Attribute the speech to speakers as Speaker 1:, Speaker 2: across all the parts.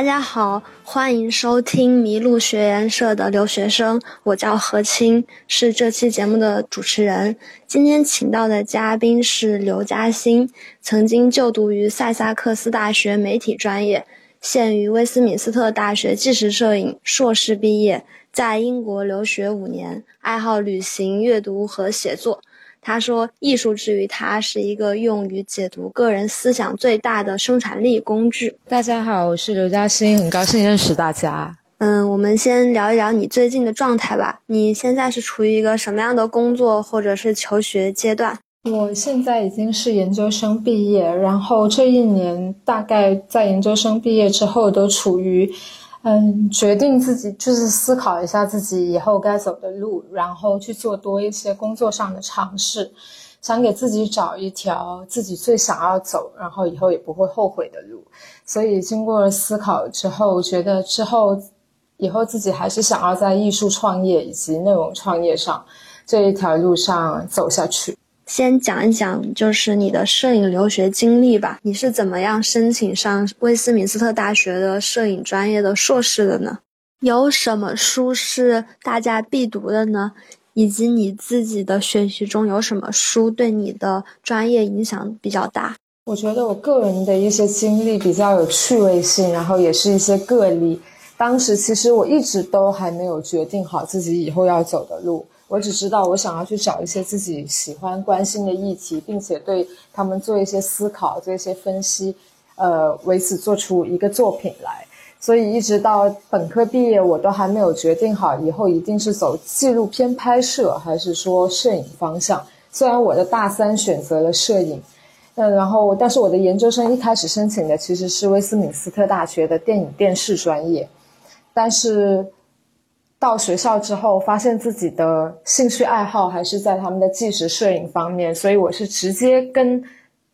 Speaker 1: 大家好，欢迎收听麋鹿学研社的留学生，我叫何清，是这期节目的主持人。今天请到的嘉宾是刘嘉欣，曾经就读于塞萨克斯大学媒体专业，现于威斯敏斯特大学纪实摄影硕士毕业，在英国留学5年，爱好旅行、阅读和写作。他说，艺术之于他是一个用于解读个人思想最大的生产力工具。
Speaker 2: 大家好，我是刘嘉欣，很高兴认识大家。
Speaker 1: 我们先聊一聊你最近的状态吧。你现在是处于一个什么样的工作或者是求学阶段？
Speaker 2: 我现在已经是研究生毕业，然后这一年大概在研究生毕业之后都处于决定自己就是思考一下自己以后该走的路，然后去做多一些工作上的尝试，想给自己找一条自己最想要走，然后以后也不会后悔的路。所以经过思考之后，觉得以后自己还是想要在艺术创业以及内容创业上这一条路上走下去。
Speaker 1: 先讲一讲就是你的摄影留学经历吧。你是怎么样申请上威斯敏斯特大学的摄影专业的硕士的呢？有什么书是大家必读的呢？以及你自己的学习中有什么书对你的专业影响比较大？
Speaker 2: 我觉得我个人的一些经历比较有趣味性，然后也是一些个例。当时其实我一直都还没有决定好自己以后要走的路，我只知道我想要去找一些自己喜欢关心的议题，并且对他们做一些思考，做一些分析，为此做出一个作品来。所以一直到本科毕业，我都还没有决定好以后一定是走纪录片拍摄还是说摄影方向。虽然我的大三选择了摄影，但是我的研究生一开始申请的其实是威斯敏斯特大学的电影电视专业，但是到学校之后发现自己的兴趣爱好还是在他们的纪实摄影方面，所以我是直接跟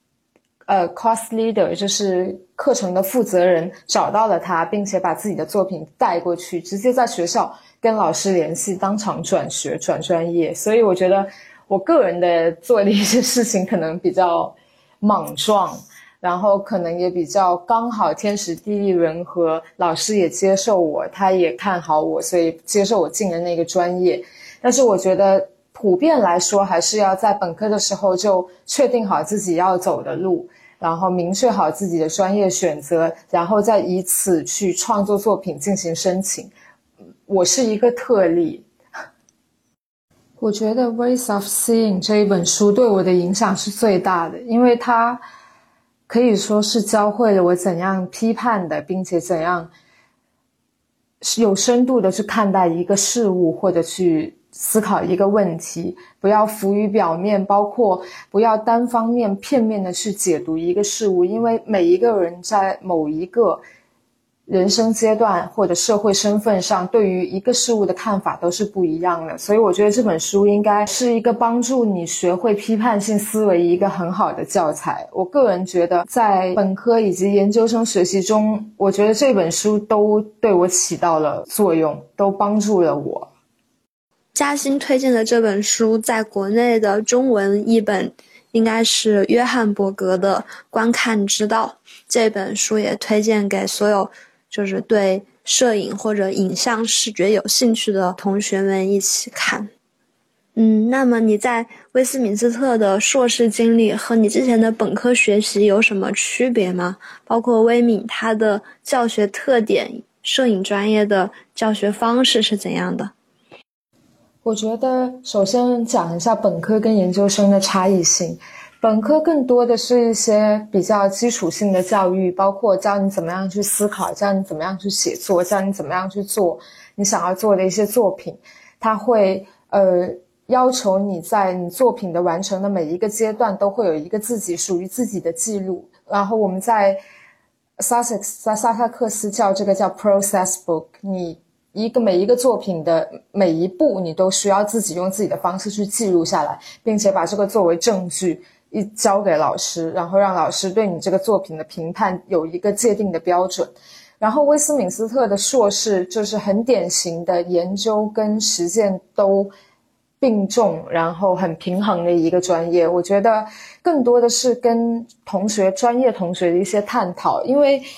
Speaker 2: course leader 就是课程的负责人找到了他，并且把自己的作品带过去，直接在学校跟老师联系，当场转学转专业。所以我觉得我个人的做的一些事情可能比较莽撞，然后可能也比较刚好天时地利人和，老师也接受我，他也看好我，所以接受我进了那个专业。但是我觉得普遍来说还是要在本科的时候就确定好自己要走的路，然后明确好自己的专业选择，然后再以此去创作作品进行申请。我是一个特例。我觉得《Ways of Seeing》这一本书对我的影响是最大的，因为它可以说是教会了我怎样批判的，并且怎样有深度的去看待一个事物，或者去思考一个问题，不要浮于表面，包括不要单方面片面的去解读一个事物，因为每一个人在某一个人生阶段或者社会身份上对于一个事物的看法都是不一样的，所以我觉得这本书应该是一个帮助你学会批判性思维一个很好的教材。我个人觉得在本科以及研究生学习中，我觉得这本书都对我起到了作用，都帮助了我。
Speaker 1: 嘉欣推荐的这本书在国内的中文译本应该是约翰伯格的《观看之道》，这本书也推荐给所有就是对摄影或者影像视觉有兴趣的同学们一起看。那么你在威斯敏斯特的硕士经历和你之前的本科学习有什么区别吗？包括威敏它的教学特点，摄影专业的教学方式是怎样的？
Speaker 2: 我觉得首先讲一下本科跟研究生的差异性。本科更多的是一些比较基础性的教育，包括教你怎么样去思考，教你怎么样去写作，教你怎么样去做你想要做的一些作品。它会要求你在你作品的完成的每一个阶段都会有一个属于自己的记录。然后我们在萨萨克斯叫这个叫 process book， 你每一个作品的每一步你都需要自己用自己的方式去记录下来，并且把这个作为证据交给老师，然后让老师对你这个作品的评判有一个界定的标准。然后威斯敏斯特的硕士就是很典型的研究跟实践都并重，然后很平衡的一个专业。我觉得更多的是跟专业同学的一些探讨，因为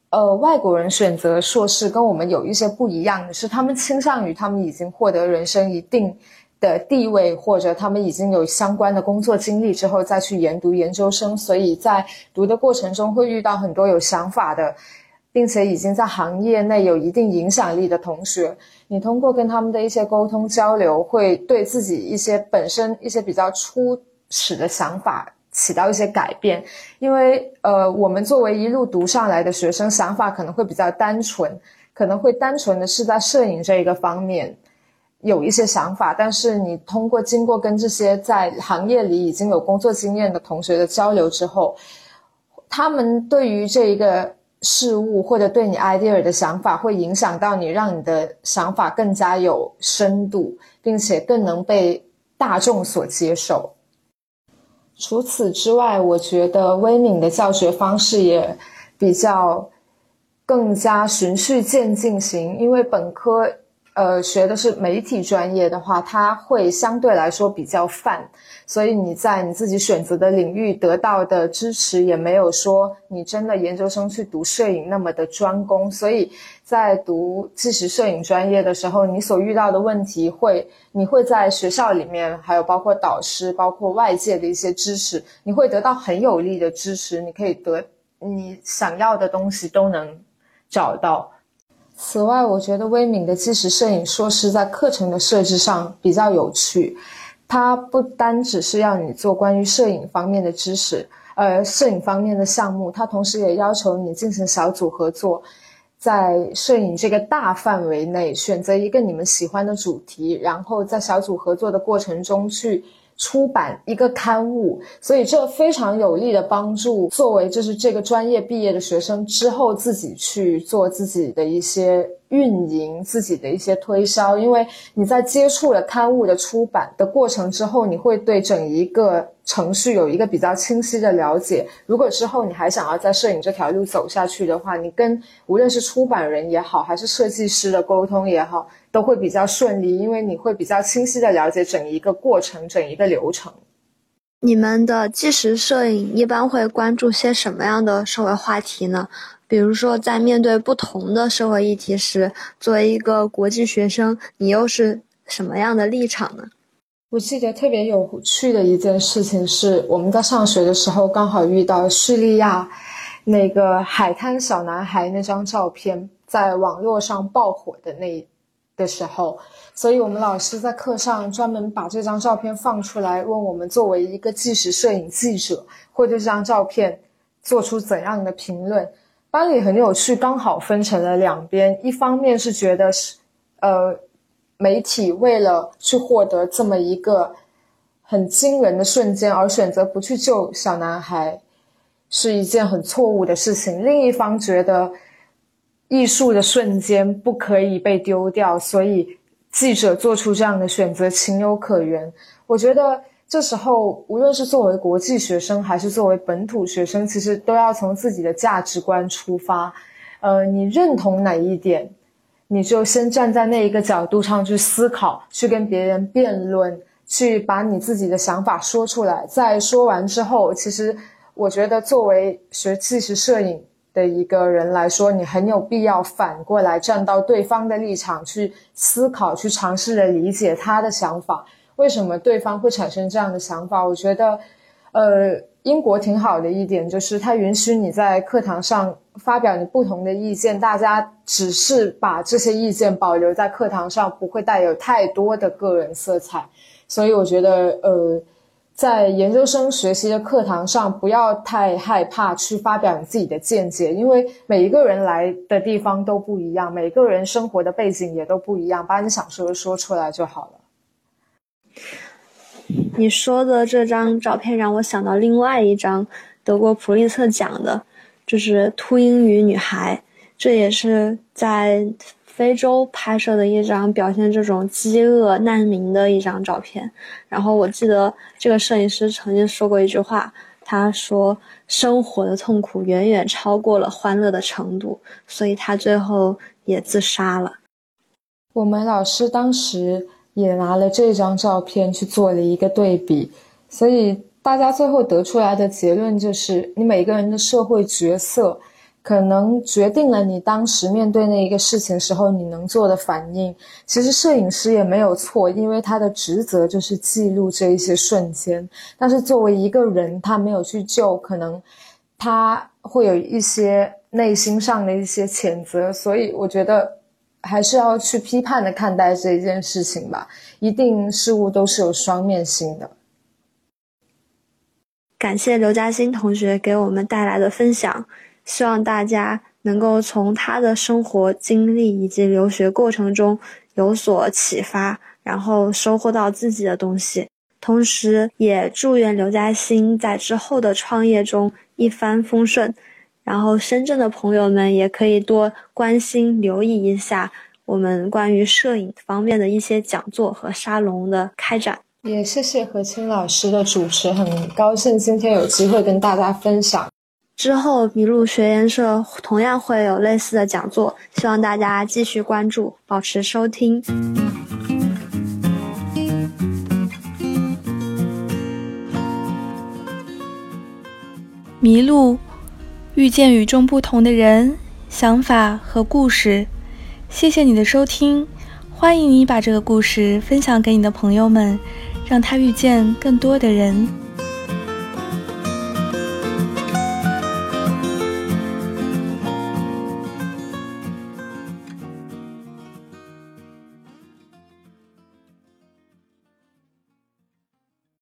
Speaker 2: 外国人选择硕士跟我们有一些不一样的是，他们倾向于他们已经获得人生一定的地位，或者他们已经有相关的工作经历之后再去研读研究生，所以在读的过程中会遇到很多有想法的并且已经在行业内有一定影响力的同学，你通过跟他们的一些沟通交流，会对自己一些本身一些比较初始的想法起到一些改变。因为我们作为一路读上来的学生，想法可能会比较单纯，可能会单纯的是在摄影这一个方面有一些想法，但是你经过跟这些在行业里已经有工作经验的同学的交流之后，他们对于这一个事物或者对你 idea 的想法会影响到你，让你的想法更加有深度，并且更能被大众所接受。除此之外，我觉得威闵的教学方式也比较更加循序渐进型，因为本科学的是媒体专业的话，它会相对来说比较泛，所以你在你自己选择的领域得到的支持也没有说你真的研究生去读摄影那么的专攻，所以在读纪实摄影专业的时候，你所遇到的问题你会在学校里面，还有包括导师包括外界的一些支持，你会得到很有力的支持，你可以得你想要的东西都能找到。此外，我觉得威闵的纪实摄影硕士在课程的设置上比较有趣，它不单只是要你做关于摄影方面的知识，摄影方面的项目，它同时也要求你进行小组合作，在摄影这个大范围内选择一个你们喜欢的主题，然后在小组合作的过程中去出版一个刊物，所以这非常有力的帮助作为就是这个专业毕业的学生之后自己去做自己的一些运营，自己的一些推销。因为你在接触了刊物的出版的过程之后，你会对整一个程序有一个比较清晰的了解，如果之后你还想要在摄影这条路走下去的话，你跟无论是出版人也好，还是设计师的沟通也好，都会比较顺利，因为你会比较清晰的了解整一个过程，整一个流程。
Speaker 1: 你们的纪实摄影一般会关注些什么样的社会话题呢？比如说在面对不同的社会议题时，作为一个国际学生，你又是什么样的立场呢？
Speaker 2: 我记得特别有趣的一件事情是，我们在上学的时候刚好遇到叙利亚那个海滩小男孩那张照片在网络上爆火的时候，所以我们老师在课上专门把这张照片放出来，问我们作为一个纪实摄影记者会对这张照片做出怎样的评论。班里很有趣，刚好分成了两边，一方面是觉得媒体为了去获得这么一个很惊人的瞬间而选择不去救小男孩是一件很错误的事情，另一方觉得艺术的瞬间不可以被丢掉，所以记者做出这样的选择情有可原。我觉得这时候无论是作为国际学生还是作为本土学生，其实都要从自己的价值观出发，你认同哪一点，你就先站在那一个角度上去思考，去跟别人辩论，去把你自己的想法说出来。在说完之后，其实我觉得作为学纪实摄影的一个人来说，你很有必要反过来站到对方的立场去思考，去尝试着理解他的想法，为什么对方会产生这样的想法。我觉得英国挺好的一点就是它允许你在课堂上发表你不同的意见，大家只是把这些意见保留在课堂上，不会带有太多的个人色彩。所以我觉得在研究生学习的课堂上不要太害怕去发表你自己的见解，因为每一个人来的地方都不一样，每一个人生活的背景也都不一样，把你想说的说出来就好了。
Speaker 1: 你说的这张照片让我想到另外一张得过普利策奖的，就是秃鹰与女孩，这也是在非洲拍摄的一张表现这种饥饿难民的一张照片。然后我记得这个摄影师曾经说过一句话，他说生活的痛苦远远超过了欢乐的程度，所以他最后也自杀了。
Speaker 2: 我们老师当时也拿了这张照片去做了一个对比，所以大家最后得出来的结论就是，你每个人的社会角色可能决定了你当时面对那一个事情时候你能做的反应。其实摄影师也没有错，因为他的职责就是记录这一些瞬间，但是作为一个人，他没有去救，可能他会有一些内心上的一些谴责，所以我觉得还是要去批判的看待这一件事情吧，一定事物都是有双面性的。
Speaker 1: 感谢刘嘉欣同学给我们带来的分享，希望大家能够从他的生活经历以及留学过程中有所启发，然后收获到自己的东西。同时也祝愿刘嘉欣在之后的创业中一帆风顺，然后深圳的朋友们也可以多关心留意一下我们关于摄影方面的一些讲座和沙龙的开展。
Speaker 2: 也谢谢何清老师的主持，很高兴今天有机会跟大家分享。
Speaker 1: 之后麋鹿学研社同样会有类似的讲座，希望大家继续关注，保持收听。
Speaker 3: 麋鹿，遇见与众不同的人、想法和故事。谢谢你的收听，欢迎你把这个故事分享给你的朋友们，让他遇见更多的人。